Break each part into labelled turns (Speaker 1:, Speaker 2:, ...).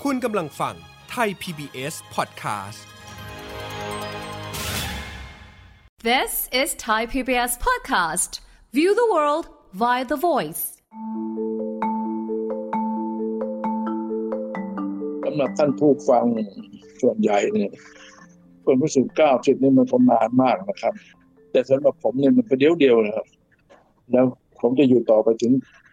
Speaker 1: คุณกำลังฟังไทย PBS Podcast
Speaker 2: This is Thai PBS Podcast. View the world via the voice.
Speaker 3: สำหรับท่านผู้ฟังส่วนใหญ่เนี่ยคนรู้สึก90นี่มันก็นานมากนะครับแต่สำหรับผมเนี่ยมันเป็นเดียวนะครับแล้วผมจะอยู่ต่อไปถึง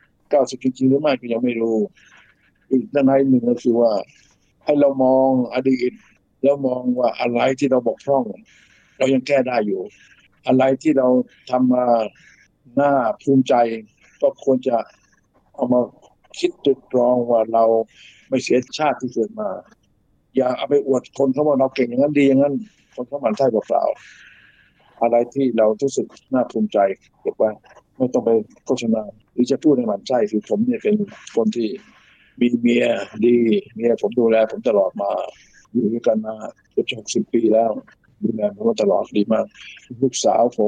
Speaker 3: 90จริงๆหรือไม่ก็ยังไม่รู้อีกด้านหนึ่งก็คือว่าให้เรามองอดีตแล้วมองว่าอะไรที่เราบกพร่องเรายังแก้ได้อยู่อะไรที่เราทำมาน่าภูมิใจก็ควรจะเอามาคิดตรึกตรองว่าเราไม่เสียชาติที่เกิดมาอย่าเอาไปอวดคนเขาว่าเราเก่งอย่างนั้นดีอย่างนั้นคนเขาหมั่นไส้เปล่าๆอะไรที่เรารู้สึกน่าภูมิใจเก็บไว้ไม่ต้องไปโฆษณาหรือจะพูดให้หมั่นไส้คือผมเนี่ยเป็นคนที่มีเมียดีเมียผมดูแลผมตลอดมาอยู่ด้วยกันมาเกือบ60 ปีแล้วดูแลผมตลอดดีมากลูกสาวผม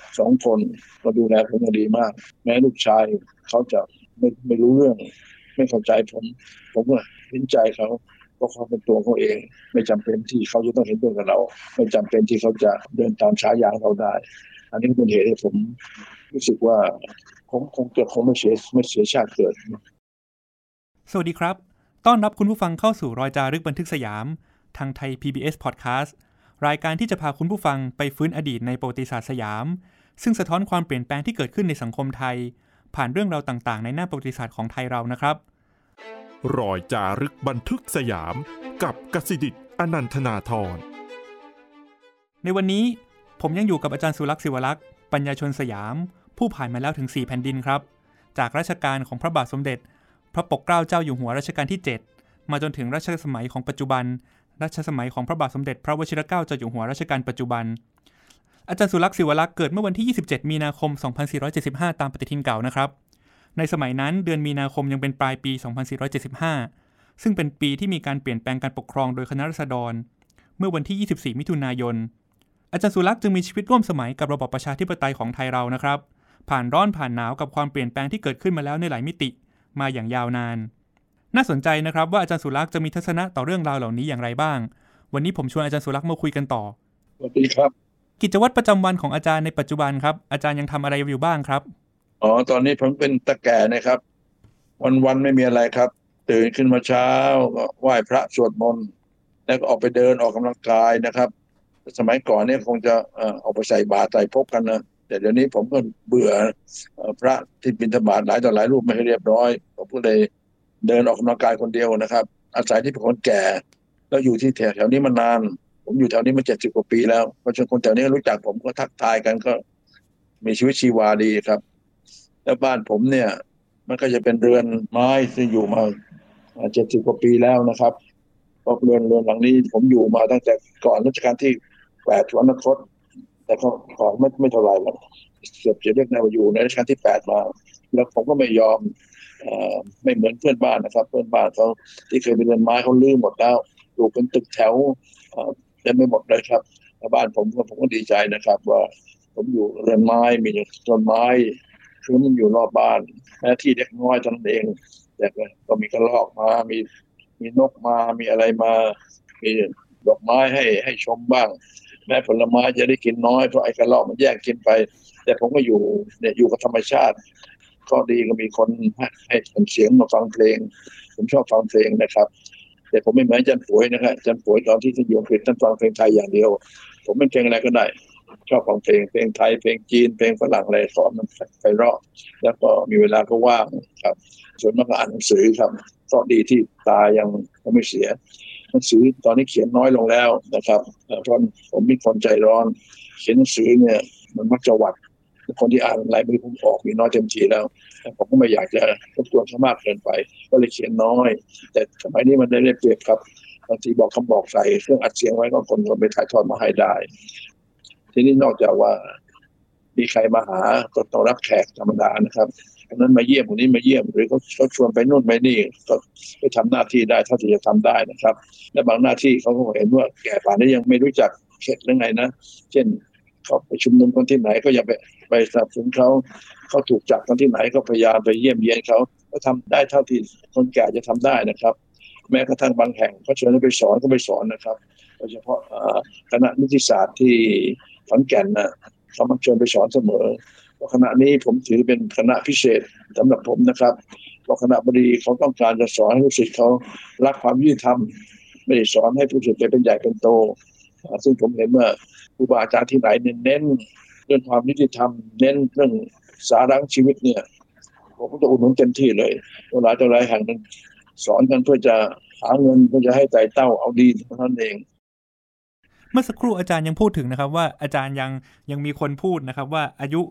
Speaker 3: 2 คนก็ดูแลผมดีมากแม้ลูกชายเขาจะไม่รู้เรื่องไม่เข้าใจผมก็เห็นใจเขาเพราะเขาเป็นตัวเขาเองไม่จำเป็นที่เขาจะต้องเห็นด้วยกับเราไม่จำเป็นที่เขาจะเดินตามฉายาเราได้อันนี้เป็นเหตุให้ผมรู้สึกว่าผมคงไม่เสียชาติเกิด
Speaker 4: สวัสดีครับต้อนรับคุณผู้ฟังเข้าสู่รอยจารึกบันทึกสยามทางไทย PBS Podcast รายการที่จะพาคุณผู้ฟังไปฟื้นอดีตในประวัติศาสตร์สยามซึ่งสะท้อนความเปลี่ยนแปลงที่เกิดขึ้นในสังคมไทยผ่านเรื่องราวต่างๆในหน้าประวัติศาสตร์ของไทยเรานะครับ
Speaker 5: รอยจารึกบันทึกสยามกับกสิดิษฐ์อนันทนาธร
Speaker 4: ในวันนี้ผมยังอยู่กับอาจารย์สุลักษณ์ศิวลักษณ์ปัญญาชนสยามผู้ผ่านมาแล้วถึง4แผ่นดินครับจากรัชกาลของพระบาทสมเด็จพระปกเกล้าเจ้าอยู่หัวรัชกาลที่7มาจนถึงรัชสมัยของปัจจุบันรัชสมัยของพระบาทสมเด็จพระวชิรเกล้าเจ้าอยู่หัวรัชกาลปัจจุบันอาจารย์สุลักษณ์ศิวลักษณ์เกิดเมื่อวันที่27มีนาคม2475ตามปฏิทินเก่านะครับในสมัยนั้นเดือนมีนาคมยังเป็นปลายปี2475ซึ่งเป็นปีที่มีการเปลี่ยนแปลงการปกครองโดยคณะราษฎรเมื่อวันที่24มิถุนายนอาจารย์สุลักษณ์จึงมีชีวิตร่วมสมัยกับระบอบประชาธิปไตยของไทยเรานะครับผ่านร้อนผ่านหนาวกับความเปลี่ยนแปลงที่เกิดขึ้นมาแล้วในหลายมิติมาอย่างยาวนานน่าสนใจนะครับว่าอาจารย์สุลักษณ์จะมีทัศนะต่อเรื่องราวเหล่านี้อย่างไรบ้างวันนี้ผมชวนอาจารย์สุลักษณ์มาคุยกันต่อ
Speaker 3: สวัสดีครับ
Speaker 4: กิจวัตรประจำวันของอาจารย์ในปัจจุบันครับอาจารย์ยังทำอะไรอยู่บ้างครับ
Speaker 3: ตอนนี้ผมเป็นตาแก่นะครับวันๆไม่มีอะไรครับตื่นขึ้นมาเช้าก็ไหว้พระสวดมนต์แล้วก็ออกไปเดินออกกำลังกายนะครับสมัยก่อนเนี่ยคงจะออกไปใส่บาตรใส่พกกันนะแต่เดี๋ยวนี้ผมก็เบื่อพระที่บิณฑบาตหลายต่อหลายรูปไม่ให้เรียบร้อยผมก็เลยเดินออกกำลังกายคนเดียวนะครับอาศัยที่เป็นคนแก่แล้วอยู่ที่แถวนี้มานานผมอยู่แถวนี้มา70 กว่าปีแล้วเพราะฉะนั้นคนแถวนี้รู้จักผมก็ทักทายกันก็มีชีวิตชีวาดีครับแล้วบ้านผมเนี่ยมันก็จะเป็นเรือนไม้ที่อยู่มา70 กว่าปีแล้วนะครับเพราะเรือนหลังนี้ผมอยู่มาตั้งแต่ก่อนรัชกาลที่8สวรรคตแต่ก็ของไม่เท่าไหร่หรอกเกือบจะเรียกได้ว่าอยู่ในรัชกาลที่8มาแล้วผมก็ไม่ยอมไม่เหมือนเพื่อนบ้านนะครับเพื่อนบ้านเขาที่เคยเป็นเรือนไม้เขาลื้อหมดแล้วปลูกเป็นตึกแถวเต็มไปหมดเลยครับบ้านผมก็ดีใจนะครับว่าผมอยู่เรือนไม้มีต้นไม้คือมันอยู่รอบบ้านแม้ที่เล็กน้อยเท่านั้นเองแต่ก็มีกระรอกมามีนกมามีอะไรมามีดอกไม้ให้ชมบ้างแม้ผลไม้จะได้กินน้อยเพราะไอ้กระรอกมันแย่งกินไปแต่ผมก็อยู่กับธรรมชาติข้อดีก็มีคนให้เสียงมาฟังเพลงผมชอบฟังเพลงนะครับแต่ผมไม่เหมือนอาจารย์ป่วยนะครับอาจารย์ป่วยตอนที่อยู่อังกฤษท่านฟังเพลงไทยอย่างเดียวผมเป็นเพลงอะไรก็ได้ชอบฟังเพลงไทยเพลงจีนเพลงฝรั่งอะไรสอนมันไพเราะแล้วก็มีเวลาก็ว่างครับส่วนมากก็อ่านหนังสือครับก็ดีที่ตายังไม่เสียหนังสือตอนนี้เขียนน้อยลงแล้วนะครับเพราะผมมีคนใจร้อนเขียนหนังสือเนี่ยมันมักจะหวัดคนที่อ่านลายมือผมออกมีน้อยเต็มทีแล้วผมก็ไม่อยากจะรบกวนเขามากเกินไปก็เลยเขียนน้อยแต่สมัยนี้มันได้เปรียบครับบางทีบอกคำบอกใส่เครื่องอัดเสียงไว้ก็คนไปถ่ายทอดมาให้ได้ทีนี้นอกจากว่ามีใครมาหาก็ต้องรับแขกธรรมดานะครับอันนั้นมาเยี่ยมคนนี้มาเยี่ยมหรือเขาชวนไปนู่นไปนี่ก็ไปทำหน้าที่ได้เท่าที่จะทำได้นะครับและบางหน้าที่เขาก็เห็นว่าแก่ป่านนี้ยังไม่รู้จักเข็ดเรื่องไงนะเช่นเขาไปชุมนุมกันที่ไหนก็อย่าไปสนับสนุนเขาถูกจับกันที่ไหนก็พยายามไปเยี่ยมเยียนเขาก็ทำได้เท่าที่คนแก่จะทำได้นะครับแม้กระทั่งบางแห่งเขาเชิญให้ไปสอนก็ไปสอนนะครับโดยเฉพาะคณะนิติศาสตร์ที่ขอนแก่นนะเขามักเชิญไปสอนเสมอเพราะคณะนี้ผมถือเป็นคณะพิเศษสำหรับผมนะครับเพราะคณะบดีเขาต้องการจะสอนให้ลูกศิษย์เขารักความยุติธรรมไม่ได้สอนให้ผู้ศิษย์เป็นใหญ่เป็นโตซึ่งผมเห็นว่าครูบาอาจารย์ที่ไหนเน้นเรื่องความยุติธรรมเน้นเรื่องสาระชีวิตเนี่ยผมก็จะอุดหนุนเต็มที่เลยหลายแห่งนั้นสอนกันเพื่อจะหาเงินเพื่อจะให้ไต่เต้าเอาดีเท่านั้นเอง
Speaker 4: เมื่อสักครู่อาจารย์ยังพูดถึงนะครับว่าอาจารย์ยังมีคนพูดนะครับว่าอายุ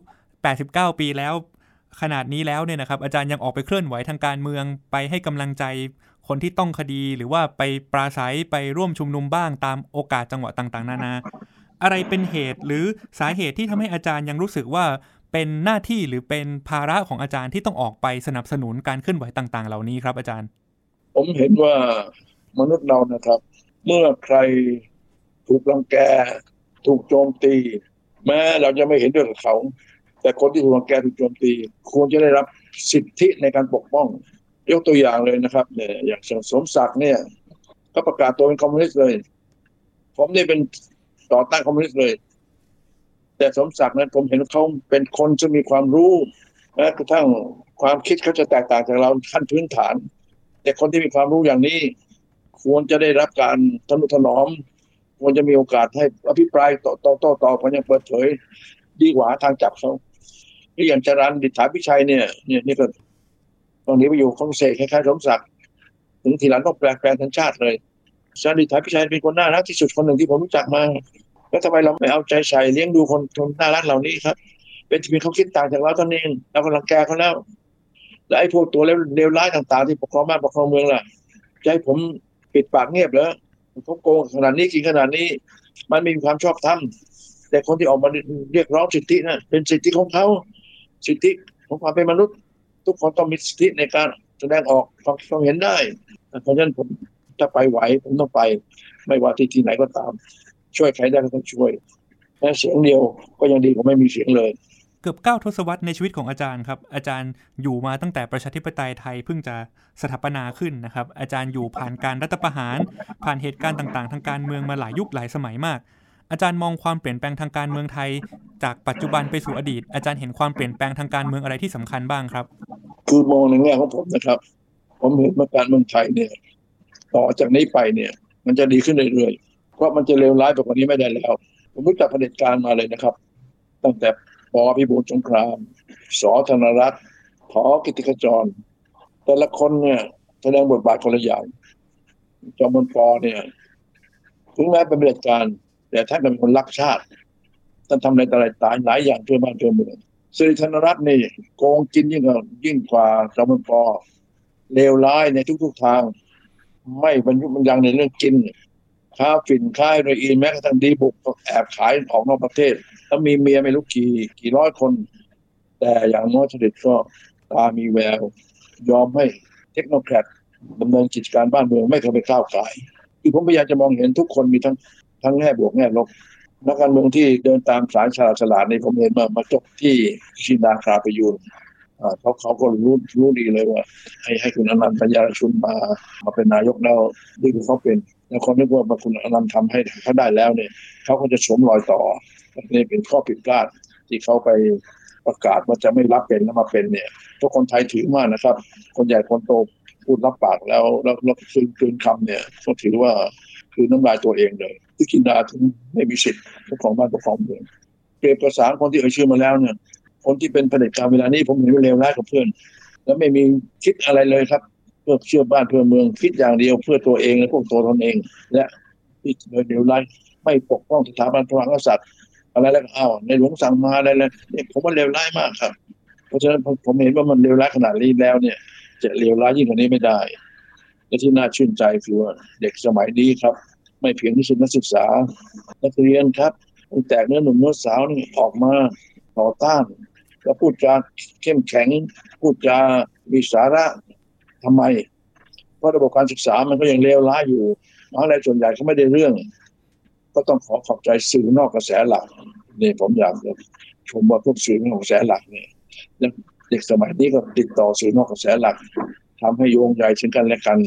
Speaker 4: 89ปีแล้วขนาดนี้แล้วเนี่ยนะครับอาจารย์ยังออกไปเคลื่อนไหวทางการเมืองไปให้กำลังใจคนที่ต้องคดีหรือว่าไปปราศัยไปร่วมชุมนุมบ้างตามโอกาสจังหวะต่างๆนานาอะไรเป็นเหตุหรือสาเหตุที่ทำให้อาจารย์ยังรู้สึกว่าเป็นหน้าที่หรือเป็นภาระของอาจารย์ที่ต้องออกไปสนับสนุนการเคลื่อนไหวต่างๆเหล่านี้ครับอาจารย์
Speaker 3: ผมเห็นว่ามนุษย์เรานะครับเมื่อใครถูกรังแกถูกโจมตีแม้เราจะไม่เห็นด้วยกับเขาแต่คนที่ถูกรังแกถูกโจมตีควรจะได้รับสิทธิในการปกป้องยกตัวอย่างเลยนะครับเนี่ยอย่างสมศักดิ์เนี่ยก็ประกาศตัวเป็นคอมมิวนิสต์เลยผมนี่เป็นต่อต้านคอมมิวนิสต์เลยแต่สมศักดิ์นั้นผมเห็นเขาเป็นคนที่มีความรู้แม้กระทั่งความคิดเขาจะแตกต่างจากเราขั้นพื้นฐานแต่คนที่มีความรู้อย่างนี้ควรจะได้รับการทนุถนอมควรจะมีโอกาสให้อภิปรายต่อกันอย่างเปิดเผยดีกว่าทางจับเขาที่อย่างจรัญ ดิษฐาพิชัยเนี่ยนี่ก็ตอนนี้ไปอยู่คงเสกคล้ายๆสมศักดิ์ถึงทีหลังต้องแปลงสัญชาติเลยจรัญ ดิษฐาพิชัยเป็นคนน่ารักที่สุดคนหนึ่งที่ผมรู้จักมาแล้วทำไมเราไม่เอาใจใส่เลี้ยงดูคนน่ารักเหล่านี้ครับเป็นที่เขาคิดต่างจากเราตอนนี้เรากำลังแกเขาแล้วและไอ้พวกตัวเลวร้ายต่างๆที่ปกครองบ้านปกครองเมืองล่ะจะให้ผมปิดปากเงียบเหรอเขาโกงขนาดนี้กินขนาดนี้มันไม่มีความชอบธรรมแต่คนที่ออกมาเรียกร้องสิทธินะเป็นสิทธิของเขาสิทธิของความเป็นมนุษย์ทุกคนต้องมีสิทธิในการแสดงออกความเห็นได้เพราะฉะนั้นผมถ้าไปไหวผมต้องไปไม่ว่าที่ไหนก็ตามช่วยใครได้ก็ต้องช่วยแค่เสียงเดียวก็ยังดีกว่าไม่มีเสียงเลย
Speaker 4: เกือบ9 ทศวรรษในชีวิตของอาจารย์ครับอาจารย์อยู่มาตั้งแต่ประชาธิปไตยไทยเพิ่งจะสถาปนาขึ้นนะครับอาจารย์อยู่ผ่านการรัฐประหารผ่านเหตุการณ์ต่างๆทางการเมืองมาหลายยุคหลายสมัยมากอาจารย์มองความเปลี่ยนแปลงทางการเมืองไทยจากปัจจุบันไปสู่อดีตอาจารย์เห็นความเปลี่ยนแปลงทางการเมืองอะไรที่สำคัญบ้างครับ
Speaker 3: คือมองในแง่ของผมนะครับผมเห็นว่าการเมืองไทยเนี่ยต่อจากนี้ไปเนี่ยมันจะดีขึ้นเรื่อยๆเพราะมันจะเลวร้ายไปกว่านี้ไม่ได้แล้วผมรู้จักเผด็จการมาเลยนะครับตั้งแต่ป.พิบูลสงครามส.ธนรัตน์ ผ.กิตติขจรแต่ละคนเนี่ยแสดงบทบาทคนละอย่างจอมพล ป.เนี่ยถึงแม้เป็นเผด็จการแต่ท่านเป็นคนรักชาติท่านทำอะไรต่ออะไรตายหลายอย่างเพื่อบ้านเพื่อเมืองสิริธนรัตน์นี่โกงกินยิ่งกว่าจอมพล ป.เลวร้ายในทุกๆทางไม่บรรยุบรรยังในเรื่องกินค้าฝิ่นค้าเฮโรอีนแม้กระทั่งดีบุกแอบขายออกนอกประเทศแล้วมีเมียไม่รู้กี่ร้อยคนแต่อย่างน้อยเสด็จก็ตามีแววยอมให้เทคโนแครตดำเนินกิจการบ้านเมืองไม่เคยไปก้าวไก่คือผมพยายามจะมองเห็นทุกคนมีทั้งแง่บวกแง่ลบนักการเมืองที่เดินตามสายฉลาดในผมเห็นมาจบที่ชินดาคราประยูรเขาก็รู้ดีเลยว่าให้คุณอนันต์ ปัญญารชุนมาเป็นนายกแล้วดีกว่าเขาเป็นแล้วคนนึกว่าคุณอนันต์ทำให้เขาได้แล้วเนี่ยเขาก็จะสวมรอยต่อนี่เป็นข้อผิดพลาดที่เขาไปประกาศว่าจะไม่รับเป็นแล้วมาเป็นเนี่ยทุกคนไทยถือมากนะครับคนใหญ่คนโตพูดรับปากแล้วคืนคำเนี่ยก็ถือว่าคือน้ำลายตัวเองเลยที่กินดาถึงไม่มีสิทธิ์ของบ้านปกครองเมืองเปรียบกับ3คนที่ชื่อมาแล้วเนี่ยคนที่เป็นเผด็จการเวลานี้ผมเห็นว่าเลวร้ายกับเพื่อนแล้วไม่มีคิดอะไรเลยครับเพื่อเชื่อบ้านเพื่อเมืองคิดอย่างเดียวเพื่อตัวเองและพวกตัวตนเองและที่เลวร้ายไม่ปกป้องสถาบันพระมหากษัตริย์อะไรแล้วในหลวงสั่งมาอะไรเลยเนี่ยผมว่าเลวร้ายมากครับเพราะฉะนั้นผมเห็นว่ามันเลวร้ายขนาดนี้แล้วเนี่ยจะเลวร้ายยิ่งกว่านี้ไม่ได้และที่น่าชื่นใจคือว่าเด็กสมัยนี้ครับไม่เพียงที่นักศึกษานักเรียนครับแต่เนื้อหนุ่มเนื้อสาวนี่ออกมาต่อต้านแล้วพูดจาเข้มแข็งพูดจามีสาระทำไมเพราะระบบการศึกษามันก็ยังเลวร้ายอยู่มหาวิทยาลัยส่วนใหญ่เขาไม่ได้เรื่องก็ต้องขอบใจสื่อนอกกระแสหลักนี่ผมอยากจะชมว่าพวกสื่อนอกกระแสหลักเนี่ยเด็กสมัยนี้ก็ติดต่อสื่อนอกกระแสหลักทำให้โยงใยซึ่งกันและกัน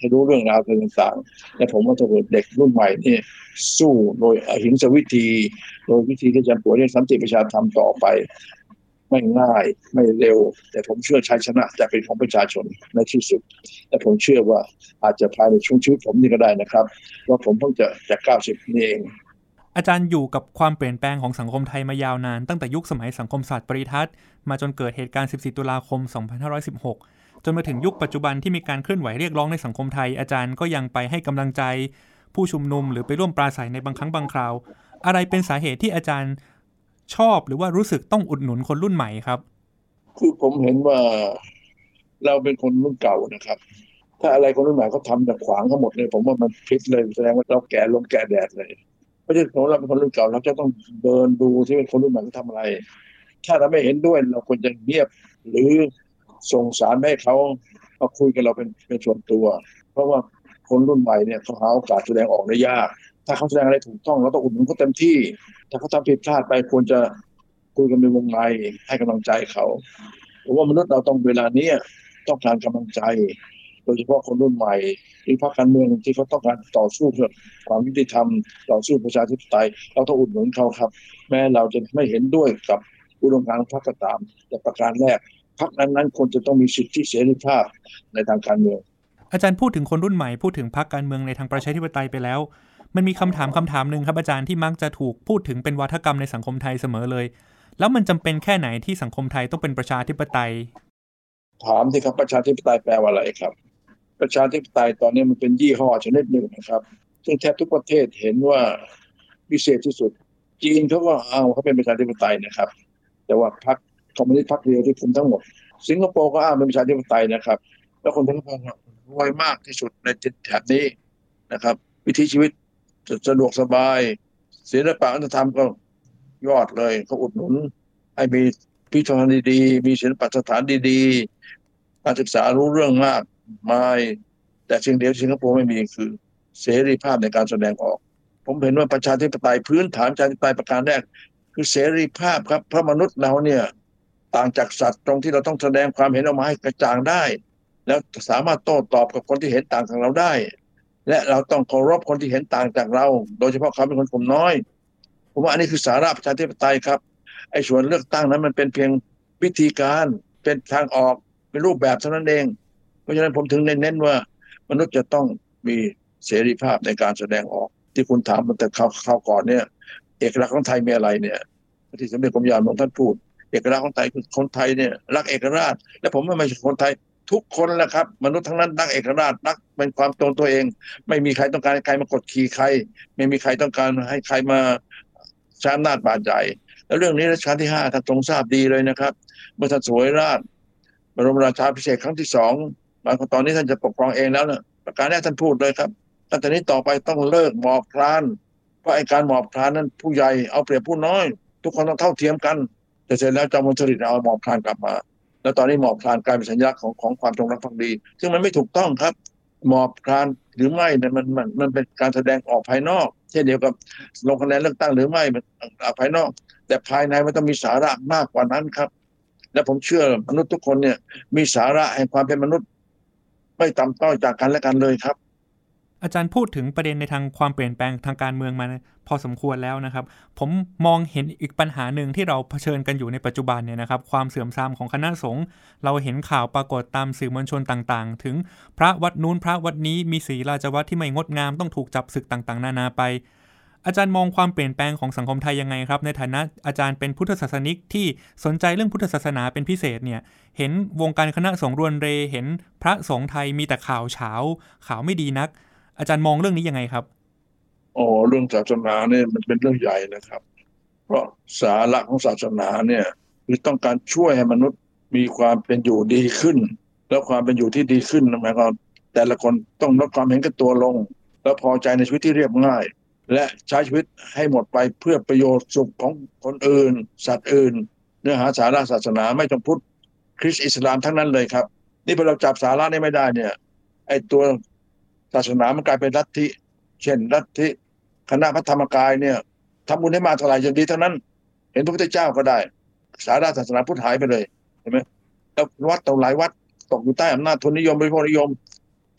Speaker 3: ให้รู้เรื่องราวต่างๆและผมว่าถ้าเกิดเด็กรุ่นใหม่นี่สู้โดยอหิงสวิธีโดยวิธีที่จะปวดเรียกสันติประชาธรรมต่อไปไม่ง่ายไม่เร็วแต่ผมเชื่อชัยชนะจะเป็นของประชาชนในที่สุดและผมเชื่อว่าอาจจะภายในช่วงชีวิตผมนี่ก็ได้นะครับเพราะผมเพิ่งจะ90นี่เอง
Speaker 4: อาจารย์อยู่กับความเปลี่ยนแปลงของสังคมไทยมายาวนานตั้งแต่ยุคสมัยสังคมศาสตร์ปริทัศน์มาจนเกิดเหตุการณ์14ตุลาคม2516จนมาถึงยุคปัจจุบันที่มีการเคลื่อนไหวเรียกร้องในสังคมไทยอาจารย์ก็ยังไปให้กำลังใจผู้ชุมนุมหรือไปร่วมปราศรัยในบางครั้งบางคราวอะไรเป็นสาเหตุที่อาจารย์ชอบหรือว่ารู้สึกต้องอุดหนุนคนรุ่นใหม่ครับ
Speaker 3: คือผมเห็นว่าเราเป็นคนรุ่นเก่านะครับถ้าอะไรคนรุ่นใหม่เขาทำแต่ขวางทั้งหมดเลยผมว่ามันผิดเลยแสดงว่าเราแก่ลงแก่แดดเลยเพราะฉะนั้นเราเป็นคนรุ่นเก่าเราจะต้องเดินดูที่เป็นคนรุ่นใหม่เขาทำอะไรถ้าเราไม่เห็นด้วยเราควรจะเงียบหรือส่งสารให้เขามาคุยกันเราเป็นส่วนตัวเพราะว่าคนรุ่นใหม่เนี่ยเขาหาโอกาสแสดงออกได้ยากถ้าเขาแสดงอะไรถูกต้องเราต้องอุดหนุนเขาเต็มที่ถ้าเขาทำผิดพลาดไปควรจะคุยกันเป็นวงในให้กำลังใจเขาผมว่ามนุษย์เราต้องเวลานี้ต้องการกำลังใจโดยเฉพาะคนรุ่นใหม่ที่พรรคการเมืองที่เขาต้องการต่อสู้เพื่อความยุติธรรมต่อสู้ประชาธิปไตยเราต้องอุดหนุนเขาครับแม้เราจะไม่เห็นด้วยกับอุดมการณ์พรรคก็ตามแต่ประการแรกพรรคนั้นควรจะต้องมีสิทธิเสรีภาพในทางการเมือง
Speaker 4: อาจารย์พูดถึงคนรุ่นใหม่พูดถึงพรรคการเมืองในทางประชาธิปไตยไปแล้วมันมีคำถามนึงครับอาจารย์ที่มักจะถูกพูดถึงเป็นวาทกรรมในสังคมไทยเสมอเลยแล้วมันจำเป็นแค่ไหนที่สังคมไทยต้องเป็นประชาธิปไตย
Speaker 3: ถามสิครับประชาธิปไตยแปลว่าอะไรครับประชาธิปไตยตอนนี้มันเป็นยี่ห้อชนิดหนึ่งนะครับซึ่งแทบทุกประเทศเห็นว่าพิเศษที่สุดจีนเขาก็เขาเป็นประชาธิปไตยนะครับแต่ว่าพรรคคอมมิวนิสต์พรรคเดียวที่คุมทั้งหมดสิงคโปร์ก็เป็นประชาธิปไตยนะครับแล้วคนสิงคโปร์รวยมากที่สุดในแถบนี้นะครับวิถีชีวิตสะดวกสบายศิลปะวัฒนธรรมก็ยอดเลยเขาอุดหนุนให้มีพิพิธภัณฑ์ดีๆมีศิลปสถานดีๆการศึกษารู้เรื่องมากมายแต่สิ่งเดียวสิงคโปร์ไม่มีคือเสรีภาพในการแสดงออกผมเห็นว่าประชาธิปไตยพื้นฐานประชาธิปไตยประการแรกคือเสรีภาพครับเพราะมนุษย์เราเนี่ยต่างจากสัตว์ตรงที่เราต้องแสดงความเห็นออกมาให้กระจ่างได้แล้วสามารถโต้ตอบกับคนที่เห็นต่างจากเราได้และเราต้องเคารพคนที่เห็นต่างจากเราโดยเฉพาะเขาเป็นคนกลุ่มน้อยผมว่าอันนี้คือสาระประชาธิปไตยครับไอ้ส่วนเลือกตั้งนั้นมันเป็นเพียงวิธีการเป็นทางออกเป็นรูปแบบเท่านั้นเองเพราะฉะนั้นผมถึงเน้นว่ามนุษย์จะต้องมีเสรีภาพในการแสดงออกที่คุณถามมาแต่คราวก่อนเนี่ยเอกลักษณ์ของไทยมีอะไรเนี่ยที่สมเด็จกรมยานของท่านพูดเอกลักษณ์ของไทยคือคนไทยเนี่ยรักเอกราชและผมไม่ใช่คนไทยทุกคนแหละครับมนุษย์ทั้งนั้นรักเอกราชรักเป็นความตัวเองไม่มีใครต้องการให้ใครมากดขี่ใครไม่มีใครต้องการให้ใครมาใช้อำนาจบาดใหญ่แล้วเรื่องนี้รัชกาลที่5ท่านทรงทราบดีเลยนะครับเมื่อท่านสวยราชบรมราชาภิเษกครั้งที่2มาตอนนี้ท่านจะปกครองเองแล้วนะประการแรกท่านพูดเลยครับตั้งแต่นี้ต่อไปต้องเลิกหมอบคลานเพราะไอ้การหมอบคลานนั้นผู้ใหญ่เอาเปรียบผู้น้อยทุกคนต้องเท่าเทียมกันแต่เสร็จแล้วจอมพลสฤษดิ์เอาหมอบคลานกลับมาแล้วตอนนี้หมอบคลานกลายเป็นสัญลักษณ์ของความจงรักภักดีซึ่งมันไม่ถูกต้องครับหมอบคลานหรือไม่เนี่ยมันเป็นการแสดงออกภายนอกเช่นเดียวกับลงคะแนนเลือกตั้งหรือไม่มันภายนอกแต่ภายในมันต้องมีสาระมากกว่านั้นครับและผมเชื่อมนุษย์ทุกคนเนี่ยมีสาระแห่งความเป็นมนุษย์ไม่ต่ำต้อยจากกันและกันเลยครับ
Speaker 4: อาจารย์พูดถึงประเด็นในทางความเปลี่ยนแปลงทางการเมืองมาพอสมควรแล้วนะครับผมมองเห็นอีกปัญหาหนึ่งที่เราเผชิญกันอยู่ในปัจจุบันเนี่ยนะครับความเสื่อมทรามของคณะสงฆ์เราเห็นข่าวปรากฏตามสื่อมวลชนต่างๆถึงพระวัดนู้นพระวัดนี้มีศีลาจวัตรที่ไม่งดงามต้องถูกจับศึกต่างๆนานาไปอาจารย์มองความเปลี่ยนแปลงของสังคมไทยยังไงครับในฐานะอาจารย์เป็นพุทธศาสนิกที่สนใจเรื่องพุทธศาสนาเป็นพิเศษเนี่ยเห็นวงการคณะสงฆ์รวนเรเห็นพระสงฆ์ไทยมีแต่ข่าวเฉาข่าวไม่ดีนักอาจารย์มองเรื่องนี้ยังไงครับ
Speaker 3: เรื่องศาสนาเนี่ยมันเป็นเรื่องใหญ่นะครับเพราะสาระของศาสนาเนี่ยคือต้องการช่วยให้มนุษย์มีความเป็นอยู่ดีขึ้นแล้วความเป็นอยู่ที่ดีขึ้นหมายความแต่ละคนต้องลดความเห็นแก่ตัวลงแล้วพอใจในชีวิตที่เรียบง่ายและใช้ชีวิตให้หมดไปเพื่อประโยชน์สุขของคนอื่นสัตว์อื่นเนื้อหาสาระศาสนาไม่ต้องพุทธคริสต์อิสลามทั้งนั้นเลยครับนี่พอเราจับสาระนี้ไม่ได้เนี่ยไอ้ตัวศาสนามันกลายเป็นลัทธิเช่นลัทธิคณะพระธรรมกายเนี่ยทำบุญให้มาเท่าไหร่จะดีเท่านั้นเห็นพระพุทธเจ้าก็ได้สาระศาสนาพุทธหายไปเลยเห็นไหมแล้ววัดต่อหลายวัดตกอยู่ใต้อำนาจทุนนิยมบริโภคนิยม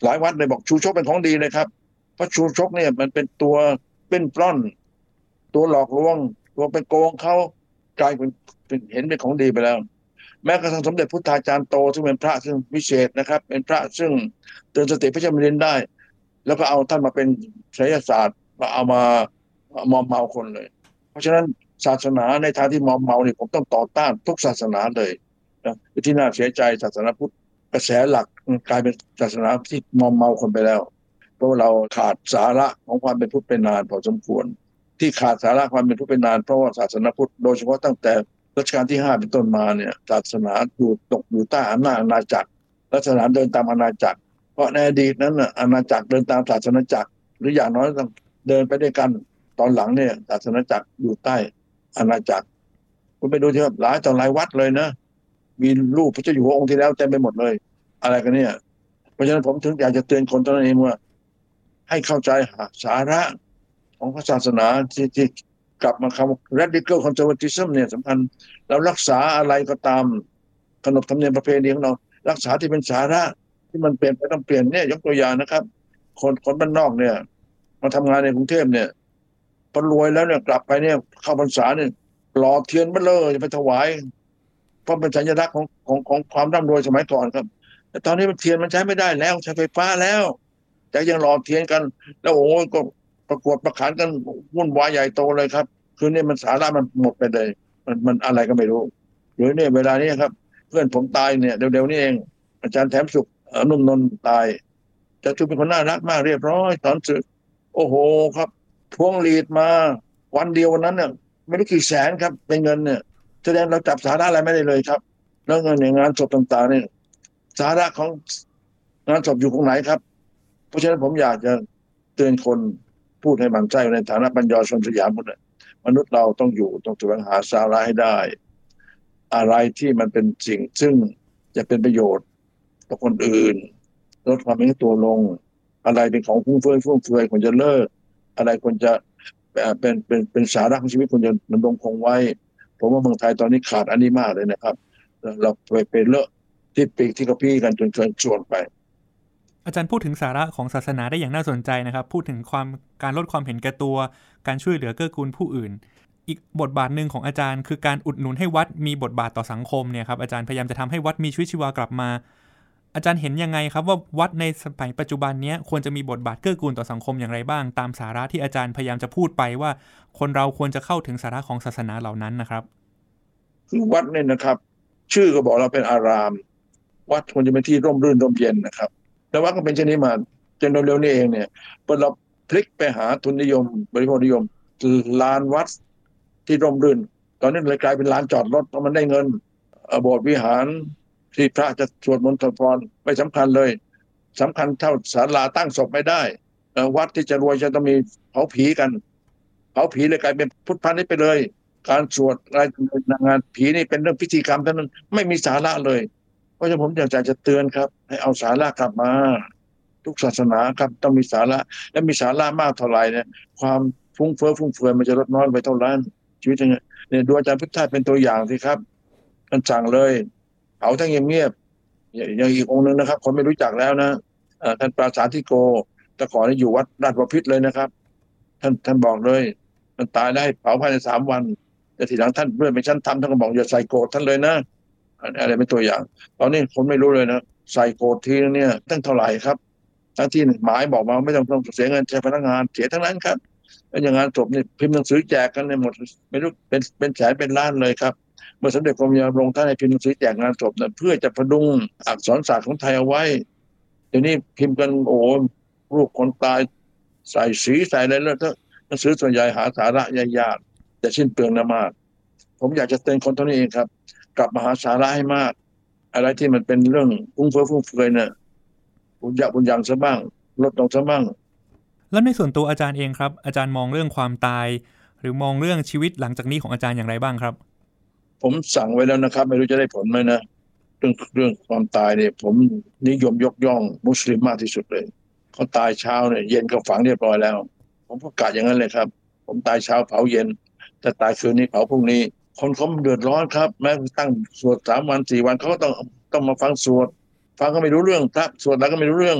Speaker 3: หลายวัดเลยบอกชูชกเป็นของดีเลยครับเพราะชูชกเนี่ยมันเป็นตัวเป็นปล้อนตัวหลอกลวงตัวเป็นโกงเขากลายเป็นเห็นเป็นของดีไปแล้วแม้กระทั่งสมเด็จพุทธาจารย์โตซึ่งเป็นพระซึ่งวิเศษนะครับเป็นพระซึ่งเตือนสติพระเจ้าแผ่นดินได้แล้วก็เอาท่านมาเป็นไสยศาสตร์มาเอามามอมเมาคนเลยเพราะฉะนั้นศาสนาในทางที่มอมเมาเนี่ยผมต้องต่อต้านทุกศาสนาเลยนะที่น่าเสียใจศาสนาพุทธกระแสหลักกลายเป็นศาสนาที่มอมเมาคนไปแล้วเพราะเราขาดสาระของความเป็นพุทธเป็นนานพอสมควรที่ขาดสาระความเป็นพุทธเป็นนานเพราะว่าศาสนาพุทธโดยเฉพาะตั้งแต่รัชกาลที่5เป็นต้นมาเนี่ยศาสนาตกอยู่ใต้อำนาจอาณาจักรศาสนาเดินตามอาณาจักรเพราะในอดีตนั้นน่ะอาณาจักรเดินตามศาสนาจักรหรืออย่างน้อยต้องเดินไปด้วยกันตอนหลังเนี่ยศาสนาจักรอยู่ใต้อาณาจักรคุณไปดูที่หลายต่อหลายวัดเลยนะมีรูปพระเจ้าอยู่หัวองค์ที่แล้วเต็มไปหมดเลยอะไรกันเนี่ยเพราะฉะนั้นผมถึงอยากจะเตือนคนตนเองว่าให้เข้าใจสาระของศาสนาที่กลับมาคำ radical conservatism เนี่ยสำคัญเรารักษาอะไรก็ตามขนบธรรมเนียมประเพณีของเรารักษาที่เป็นสาระที่มันเปลี่ยนไปต้องเปลี่ยนเนี่ยยกตัวอย่างนะครับคนบ้านนอกเนี่ยมาทำงานในกรุงเทพเนี่ยพอรวยแล้วเนี่ยกลับไปเนี่ยเข้าพรรษาเนี่ยหล่อเทียนมาเลยไปถวายเพราะเป็นสัญลักษณ์ของความร่ำรวยสมัยก่อนครับแต่ตอนนี้มันเทียนมันใช้ไม่ได้แล้วใช้ไฟฟ้าแล้วแต่ยังหล่อเทียนกันแล้วโอ้ยก็ประกวดประขานกันวุ่นวายใหญ่โตเลยครับคือเนี่ยมันสาระมันหมดไปเลยมันอะไรก็ไม่รู้หรือเนี่ยเวลานี้ครับเพื่อนผมตายเนี่ยเร็วๆนี้เองอาจารย์แถมสุขนุ่มนนท์ตายจะจุเป็นคนน่ารักมากเรียบร้อยตอนสึกโอ้โหครับพวงลีดมาวันเดียววันนั้นเนี่ยไม่รู้กี่แสนครับเป็นเงินเนี่ยแสดงเราจับสาระอะไรไม่ได้เลยครับแล้วเงินในงานศพต่างๆเนี่ยสาระของงานศพอยู่ตรงไหนครับเพราะฉะนั้นผมอยากจะเตือนคนพูดให้มั่นใจในฐานะปัญญาชนสยามมนุษย์เราต้องอยู่ต้องแสวงหาสาระให้ได้อะไรที่มันเป็นสิ่งซึ่งจะเป็นประโยชน์ต่อคนอื่นลดความเป็นตัวลงอะไรเป็นของฟุ่มเฟือยควรจะเลิกอะไรควรจะเป็นสาระของชีวิตควรจะดำรงคงไว้ผมว่าเมืองไทยตอนนี้ขาดอันนี้มากเลยนะครับเราไปเลอะที่ปีกที่กระพี้กันจนเกินส่วนไป
Speaker 4: อาจารย์พูดถึงสาระของศาสนาได้อย่างน่าสนใจนะครับพูดถึงการลดความเห็นแก่ตัวการช่วยเหลือเกื้อกูลผู้อื่นอีกบทบาทหนึ่งของอาจารย์คือการอุดหนุนให้วัดมีบทบาทต่อสังคมเนี่ยครับอาจารย์พยายามจะทำให้วัดมีชีวิตชีวากลับมาอาจารย์เห็นยังไงครับว่าวัดในสมัยปัจจุบันนี้ควรจะมีบทบาทเกื้อกูลต่อสังคมอย่างไรบ้างตามสาระที่อาจารย์พยายามจะพูดไปว่าคนเราควรจะเข้าถึงสาระของศาสนาเหล่านั้นนะครับ
Speaker 3: คือวัดเนี่ยนะครับชื่อก็บอกเราเป็นอารามวัดควรจะเป็นที่ร่มรื่นร่มเย็นนะครับแต่วัดก็เป็นเช่นนี้มาจนเร็วๆนี้เองเนี่ยพอเราพลิกไปหาทุนนิยมบริโภคนิยมลานวัดที่ร่มรื่นตอนนี้เลยกลายเป็นลานจอดรถเพราะมันได้เงินโบสถ์วิหารที่พระจะสวดมนต์สวดพรไม่สำคัญเลยสำคัญเท่าศาลาตั้งศพไม่ได้วัดที่จะรวยจะต้องมีเผาผีกันเผาผีเลยกลายเป็นพุทธพาณิชย์ไปเลยการสวดอะไรงานผีนี่เป็นเรื่องพิธีกรรมเท่านั้นไม่มีสาระเลยเพราะฉะนั้นผมอยากจะเตือนครับให้เอาสาระกลับมาทุกศาสนาครับต้องมีสาระและมีสาระมากเท่าไหร่เนี่ยความฟุ้งเฟ้อมันจะลดน้อยไปเท่านั้นชีวิตเนี่ยดูอาจารย์พุทธทาสเป็นตัวอย่างสิครับท่านสั่งเลยเผาทั้งเงียบอย่างอีกองค์นึงนะครับคนไม่รู้จักแล้วนะท่านปราสาทธิโกแต่ก่อนอยู่วัดราชบพิตรเลยนะครับท่านบอกเลยมันตายได้เผาภายใน3 วันแต่ทีหลังท่านเมื่อเป็นชั้นทำท่านก็บอกอย่าใส่โกรธท่านเลยนะอะไรเป็นตัวอย่างตอนนี้คนไม่รู้เลยนะใส่โกรธทีเนี่ยตั้งเท่าไหร่ครับทั้งที่หมายบอกมาไม่ต้องเสียเงินใช้พนักงานเสียทั้งนั้นครับแล้วอย่างงานศพนี่พิมพ์หนังสือแจกกันในหมดไม่รู้เป็นแสนเป็นล้านเลยครับเมื่อสมเด็จกรมยานรงค์ท่านให้พิมพ์หนังสือแจกงานศพนั้นเพื่อจะพดุงอักษรศาสตร์ของไทยเอาไว้เดี๋ยวนี้พิมพ์กันโอ้รูปคนตายใส่สีใส่อะไรแล้วหนังสือส่วนใหญ่หาสาระยากแต่สิ้นเปลืองนะมากผมอยากจะเตือนคนเท่านี้เองครับกลับมาหาสาระให้มากอะไรที่มันเป็นเรื่องฟุ้งเฟ้อเนี่ยบุญยังซะบ้างลดลงซะบ้าง
Speaker 4: แล้วในส่วนตัวอาจารย์เองครับอาจารย์มองเรื่องความตายหรือมองเรื่องชีวิตหลังจากนี้ของอาจารย์อย่างไรบ้างครับ
Speaker 3: ผมสั่งไว้แล้วนะครับไม่รู้จะได้ผลไหมนะเรื่องความตายเนี่ยผมนิยมยกย่องมุสลิมมากที่สุดเลยเขาตายเช้าเนี่ยเย็นก็ฝังเรียบร้อยแล้วผมประกาศอย่างนั้นเลยครับผมตายเช้าเผาเย็นแต่ตายคืนนี้เผาพรุ่งนี้คนเขาเดือดร้อนครับแม้ตั้งสวด3 วัน 4 วันเขาก็ต้องมาฟังสวดฟังก็ไม่รู้เรื่องพระสวดแล้วก็ไม่รู้เรื่อง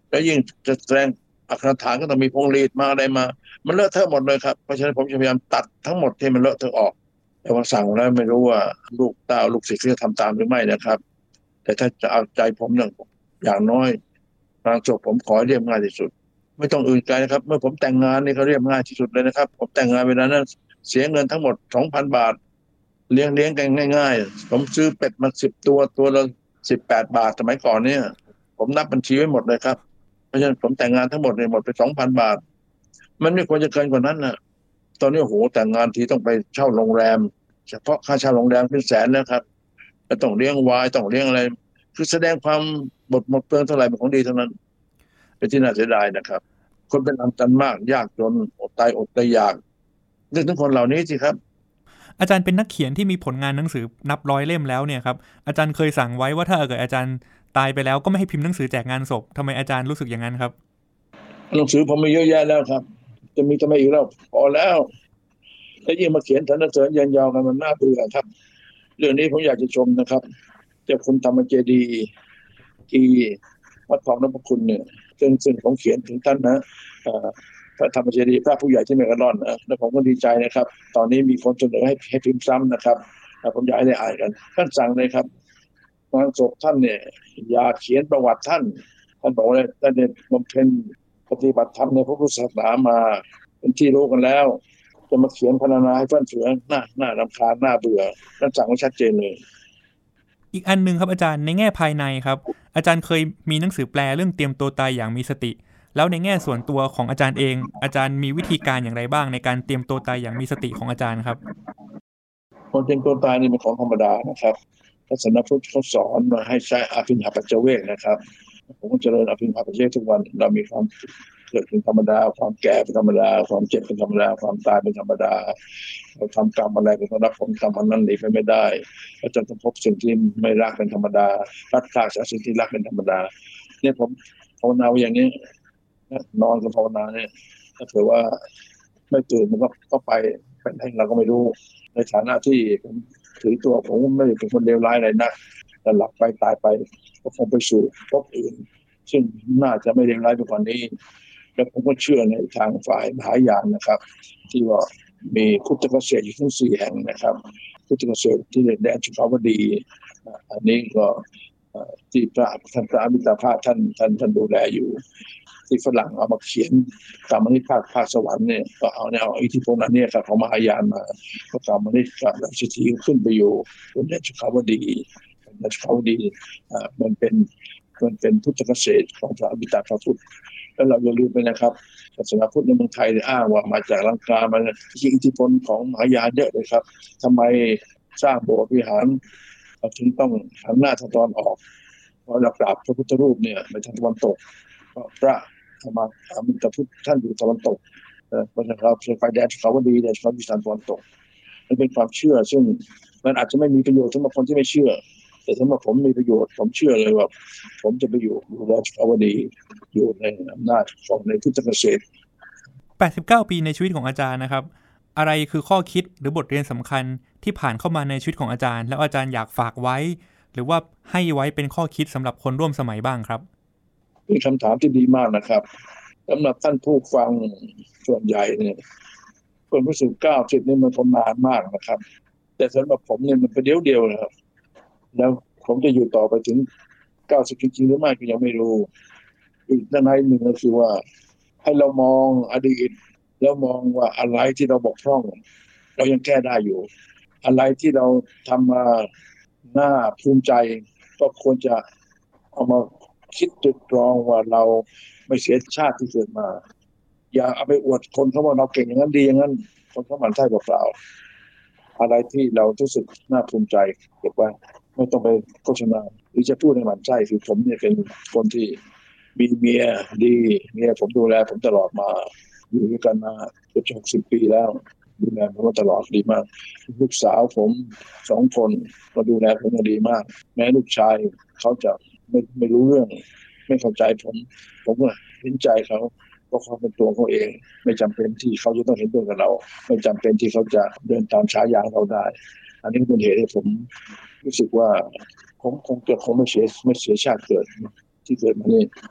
Speaker 3: แล้วยิ่งจะแสดงอักขรฐานก็ต้องมีพวงรีดมาอะไรมามันเลอะเทอะหมดเลยครับเพราะฉะนั้นผมจะพยายามตัดทั้งหมดที่มันเลอะเทอะออกแต่ว่าสั่งแล้วไม่รู้ว่าลูกเต้าลูกศิษย์จะทำตามหรือไม่นะครับแต่ถ้าจะเอาใจผมอย่างน้อยงานศพผมขอเรียบง่ายที่สุดไม่ต้องอื่นไกลนะครับเมื่อผมแต่งงานนี่เขาเรียบง่ายที่สุดเลยนะครับผมแต่งงานเวลานั้นเสียเงินทั้งหมด 2,000 บาทเลี้ยงกันง่ายๆผมซื้อเป็ดมา10 ตัวละ18 บาทสมัยก่อนเนี่ยผมนับบัญชีไว้หมดเลยครับเพราะฉะนั้นผมแต่งงานทั้งหมดเนี่ยหมดไป 2,000 บาทมันไม่ควรจะเกินกว่านั้นนะตอนนี้โอ้โหแต่งงานทีต้องไปเช่าโรงแรมเฉพาะค่าเช่าโรงแรมเป็นแสนแล้วครับแล้วต้องเลี้ยงวายต้องเลี้ยงอะไรคือแสดงความหมดเปลืองเท่าไหร่เป็นของดีเท่านั้นเป็นที่น่าเสียดายนะครับคนเป็นอันตันมากยากจนอดตายอยากนึกถึงคนเหล่านี้สิครับ
Speaker 4: อาจารย์เป็นนักเขียนที่มีผลงานหนังสือนับร้อยเล่มแล้วเนี่ยครับอาจารย์เคยสั่งไว้ว่าถ้าเกิดอาจารย์ตายไปแล้วก็ไม่ให้พิมพ์หนังสือแจกงานศพทำไมอาจารย์รู้สึกอย่างนั้นครับ
Speaker 3: หนังสือผมมีเยอะแยะแล้วครับจะมีทำไมอีกแล้วพอแล้วแล้วยิ่งมาเขียนสรรเสริญยันยอกันมันน่าเบื่อครับเรื่องนี้ผมอยากจะชมนะครับเจ้าคุณธรรมเจดีย์ที่วัดทองนพคุณเนี่ยซึ่งผมเขียนถึงท่านนะพระธรรมเจดีย์พระผู้ใหญ่ที่เมกะลอนนะแล้วผมก็ดีใจนะครับตอนนี้มีคนเสนอให้พิมพ์ซ้ำนะครับผมอยากให้ได้อ่านกันท่านสั่งเลยครับงานศพท่านเนี่ยอย่าเขียนประวัติท่านบอกว่าท่านเนี่ยบำเพ็ญปฏิบัติธรรมในพระพุทธศาสนามาเป็นที่รู้กันแล้วจะมาเขียนพรรณนาให้เพื่อนเฟืองน่ารำคาญน่าเบื่อท่านสั่งไว้ชัดเจนเลย
Speaker 4: อีกอันนึงครับอาจารย์ในแง่ภายในครับอาจารย์เคยมีหนังสือแปลเรื่องเตรียมตัวตายอย่างมีสติแล้วในแง่ส่วนตัวของอาจารย์เองอาจารย์มีวิธีการอย่างไรบ้างในการเตรียมตัวตายอย่างมีสติของอาจารย์ครับ
Speaker 3: คนเตรียมตัวตายนี่เป็นของธรรมดานะครับศาสนาพุทธเขาสอนมาให้ใช้อภิญญาปัจเจเวกนะครับผมก็เจริญอภิญญาปัจเจเวกทุกวันเรามีความเกิดเป็นธรรมดาความแก่เป็นธรรมดาความเจ็บเป็นธรรมดาความตายเป็นธรรมดาเราทำกรรมอะไรก็ต้องรับผลกรรมนั้นหนีไปไม่ได้เราจะต้องพบสิ่งที่ไม่รักเป็นธรรมดารักษาสิ่งที่รักเป็นธรรมดาเนี่ยผมภาวนาอย่างนี้นอนกับภาวนาเนี่ยถ้าเกิดว่าไม่ตื่นมันก็ไปเป็นให้เราก็ไม่รู้ในฐานะที่ผมถือตัวผมไม่ได้เป็นคนเลวร้ายอะไรนะแต่หลับไปตายไปก็คงไปสู่ภพอื่นซึ่งน่าจะไม่เลวร้ายไปกว่านี้แล้วผมก็เชื่อในทางฝ่ายมหายานนะครับที่ว่ามีพุทธเกษตรอยู่ทั้ง4 แห่งนะครับพุทธเกษตรที่แดนสุขาวดีอันนี้ก็ที่พระอมิตาภาพท่านดูแลอยู่ที่ฝรั่งเอามาเขียนกรรมนิภาคภาคสวรรค์เนี่ยก็เอาอิทธิพลนั้นเนี่ยครับของมหายานมาก็กรรมนิภาคราชสีขึ้นไปอยู่บนแดนสุขาวดีมันเป็นพุทธเกษตรของพระอมิตาภาพุทธแล้วเราอย่าลืมไปนะครับศาสนาพุทธในเมืองไทยอ้างว่ามาจากลังกามันที่อิทธิพลของมหายานเยอะเลยครับทำไมสร้างโบสถ์วิหารถึงต้องหันหน้าทางตะวันออกเพราะเรากราบพระพุทธรูปเนี่ยไปทางตะวันตกพระธรรมอมิตาพุทธท่านอยู่ตะวันตกเพราะฉะนั้นเราไปแดนสุขาวดีแดนสุขาวดีตะวันตกมันเป็นความเชื่อซึ่งมันอาจจะไม่มีประโยชน์สำหรับคนที่ไม่เชื่อแต่สำหรับผมมีประโยชน์ผมเชื่อเลยว่าผมจะไปอยู่แดนสุขาวดีอยู่ในอำนาจของในพุทธเกษตร
Speaker 4: 89 ปีในชีวิตของอาจารย์นะครับอะไรคือข้อคิดหรือบทเรียนสำคัญที่ผ่านเข้ามาในชีวิตของอาจารย์แล้วอาจารย์อยากฝากไว้หรือว่าให้ไว้เป็นข้อคิดสำหรับคนร่วมสมัยบ้างครับ
Speaker 3: เป็นคำถามที่ดีมากนะครับสำหรับท่านผู้ฟังส่วนใหญ่เนี่ยคนรู้สึก90นี่มันนานมากนะครับแต่สำหรับผมเนี่ยมันเป็นเดียวนะครับแล้วผมจะอยู่ต่อไปถึง90จริงๆหรือไม่ก็ยังไม่รู้อีกด้านหนึ่งก็คือว่าให้เรามองอดีตแล้วมองว่าอะไรที่เราบกพร่องเรายังแก้ได้อยู่อะไรที่เราทำมาน่าภูมิใจก็ควรจะเอามาคิดตรึกตรองว่าเราไม่เสียชาติที่เกิดมาอย่าเอาไปอวดคนเขาว่าเราเก่งอย่างนั้นดีอย่างนั้นคนเขาหมั่นไส้เปล่าๆอะไรที่เรารู้สึกน่าภูมิใจเก็บไว้ไม่ต้องไปโฆษณาหรือจะพูดในหมั่นไส้คือผมเนี่ยเป็นคนที่มีเมียดีเมียผมดูแลผมตลอดมาอยู่ด้วยกันมาเกือบ60 ปีแล้วดูแลผมตลอดดีมากลูกสาวผม2 คนก็ดูแลผมดีมากแม้ลูกชายเขาจะไม่รู้เรื่องไม่เข้าใจผมก็เห็นใจเขาเพราะเขาเป็นตัวเขาเองไม่จำเป็นที่เขาจะต้องเห็นด้วยกับเราไม่จำเป็นที่เขาจะเดินตามฉายาเราได้อันนี้เป็นเหตุให้ผมรู้สึกว่าผมคงไม่เสียชาติเกิดที่เกิดมานี่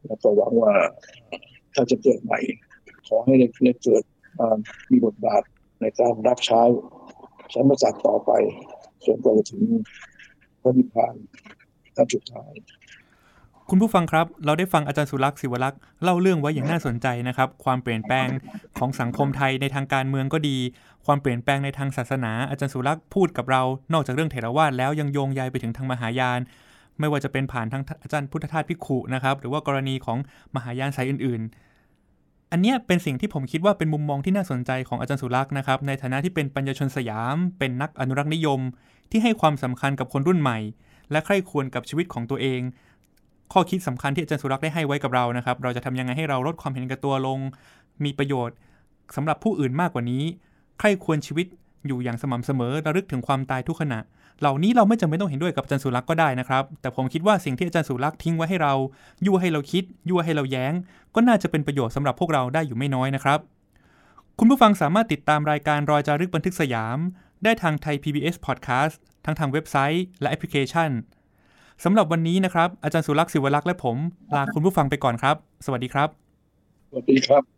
Speaker 3: แล้วก็หวังว่าถ้าจะเกิดใหม่ขอให้ได้เกิดมีบทบาทในการรับใช้สมณศักดิ์ต่อไปจนกว่าจะถึงพระนิพพานขั้นสุดท้าย
Speaker 4: คุณผู้ฟังครับเราได้ฟังอาจารย์สุลักษณ์ศิวลักษณ์เล่าเรื่องไว้อย่างน่าสนใจนะครับความเปลี่ยนแปลงของสังคมไทยในทางการเมืองก็ดีความเปลี่ยนแปลงในทางศาสนาอาจารย์สุลักษณ์พูดกับเรานอกจากเรื่องเถรวาทแล้วยังโยงใยไปถึงทางมหายานไม่ว่าจะเป็นผ่านทางอาจารย์พุทธทาสภิกขุนะครับหรือว่ากรณีของมหายานสายอื่นๆอันนี้เป็นสิ่งที่ผมคิดว่าเป็นมุมมองที่น่าสนใจของอาจารย์สุลักษณ์นะครับในฐานะที่เป็นปัญญาชนสยามเป็นนักอนุรักษ์นิยมที่ให้ความสำคัญกับคนรุ่นใหม่และใคร่ครวญกับชีวิตของตัวเองข้อคิดสำคัญที่อาจารย์สุลักษณ์ได้ให้ไว้กับเรานะครับเราจะทำยังไงให้เราลดความเห็นแก่ตัวลงมีประโยชน์สำหรับผู้อื่นมากกว่านี้ใคร่ครวญชีวิตอยู่อย่างสม่ำเสมอระลึกถึงความตายทุกขณะเหล่านี้เราไม่จำเป็นต้องเห็นด้วยกับอาจารย์สุลักษณ์ก็ได้นะครับแต่ผมคิดว่าสิ่งที่อาจารย์สุลักษณ์ทิ้งไว้ให้เรายั่วให้เราคิดยั่วให้เราแย้งก็น่าจะเป็นประโยชน์สำหรับพวกเราได้อยู่ไม่น้อยนะครับคุณผู้ฟังสามารถติดตามรายการรอยจารึกบันทึกสยามได้ทางไทย PBS Podcast ทั้งทางเว็บไซต์และแอปพลิเคชันสำหรับวันนี้นะครับอาจารย์สุลักษณ์ศิวลักษณ์และผมลาคุณผู้ฟังไปก่อนครับสวัสดีครับ
Speaker 3: สวัสดีครับ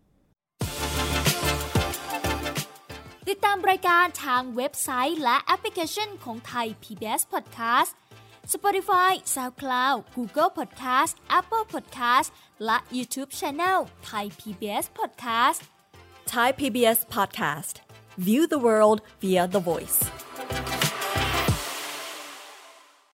Speaker 6: ติดตามรายการทางเว็บไซต์และแอปพลิเคชันของไทย PBS Podcast Spotify SoundCloud Google Podcast Apple Podcast และ YouTube Channel Thai PBS Podcast
Speaker 7: Thai PBS Podcast View the world via the voice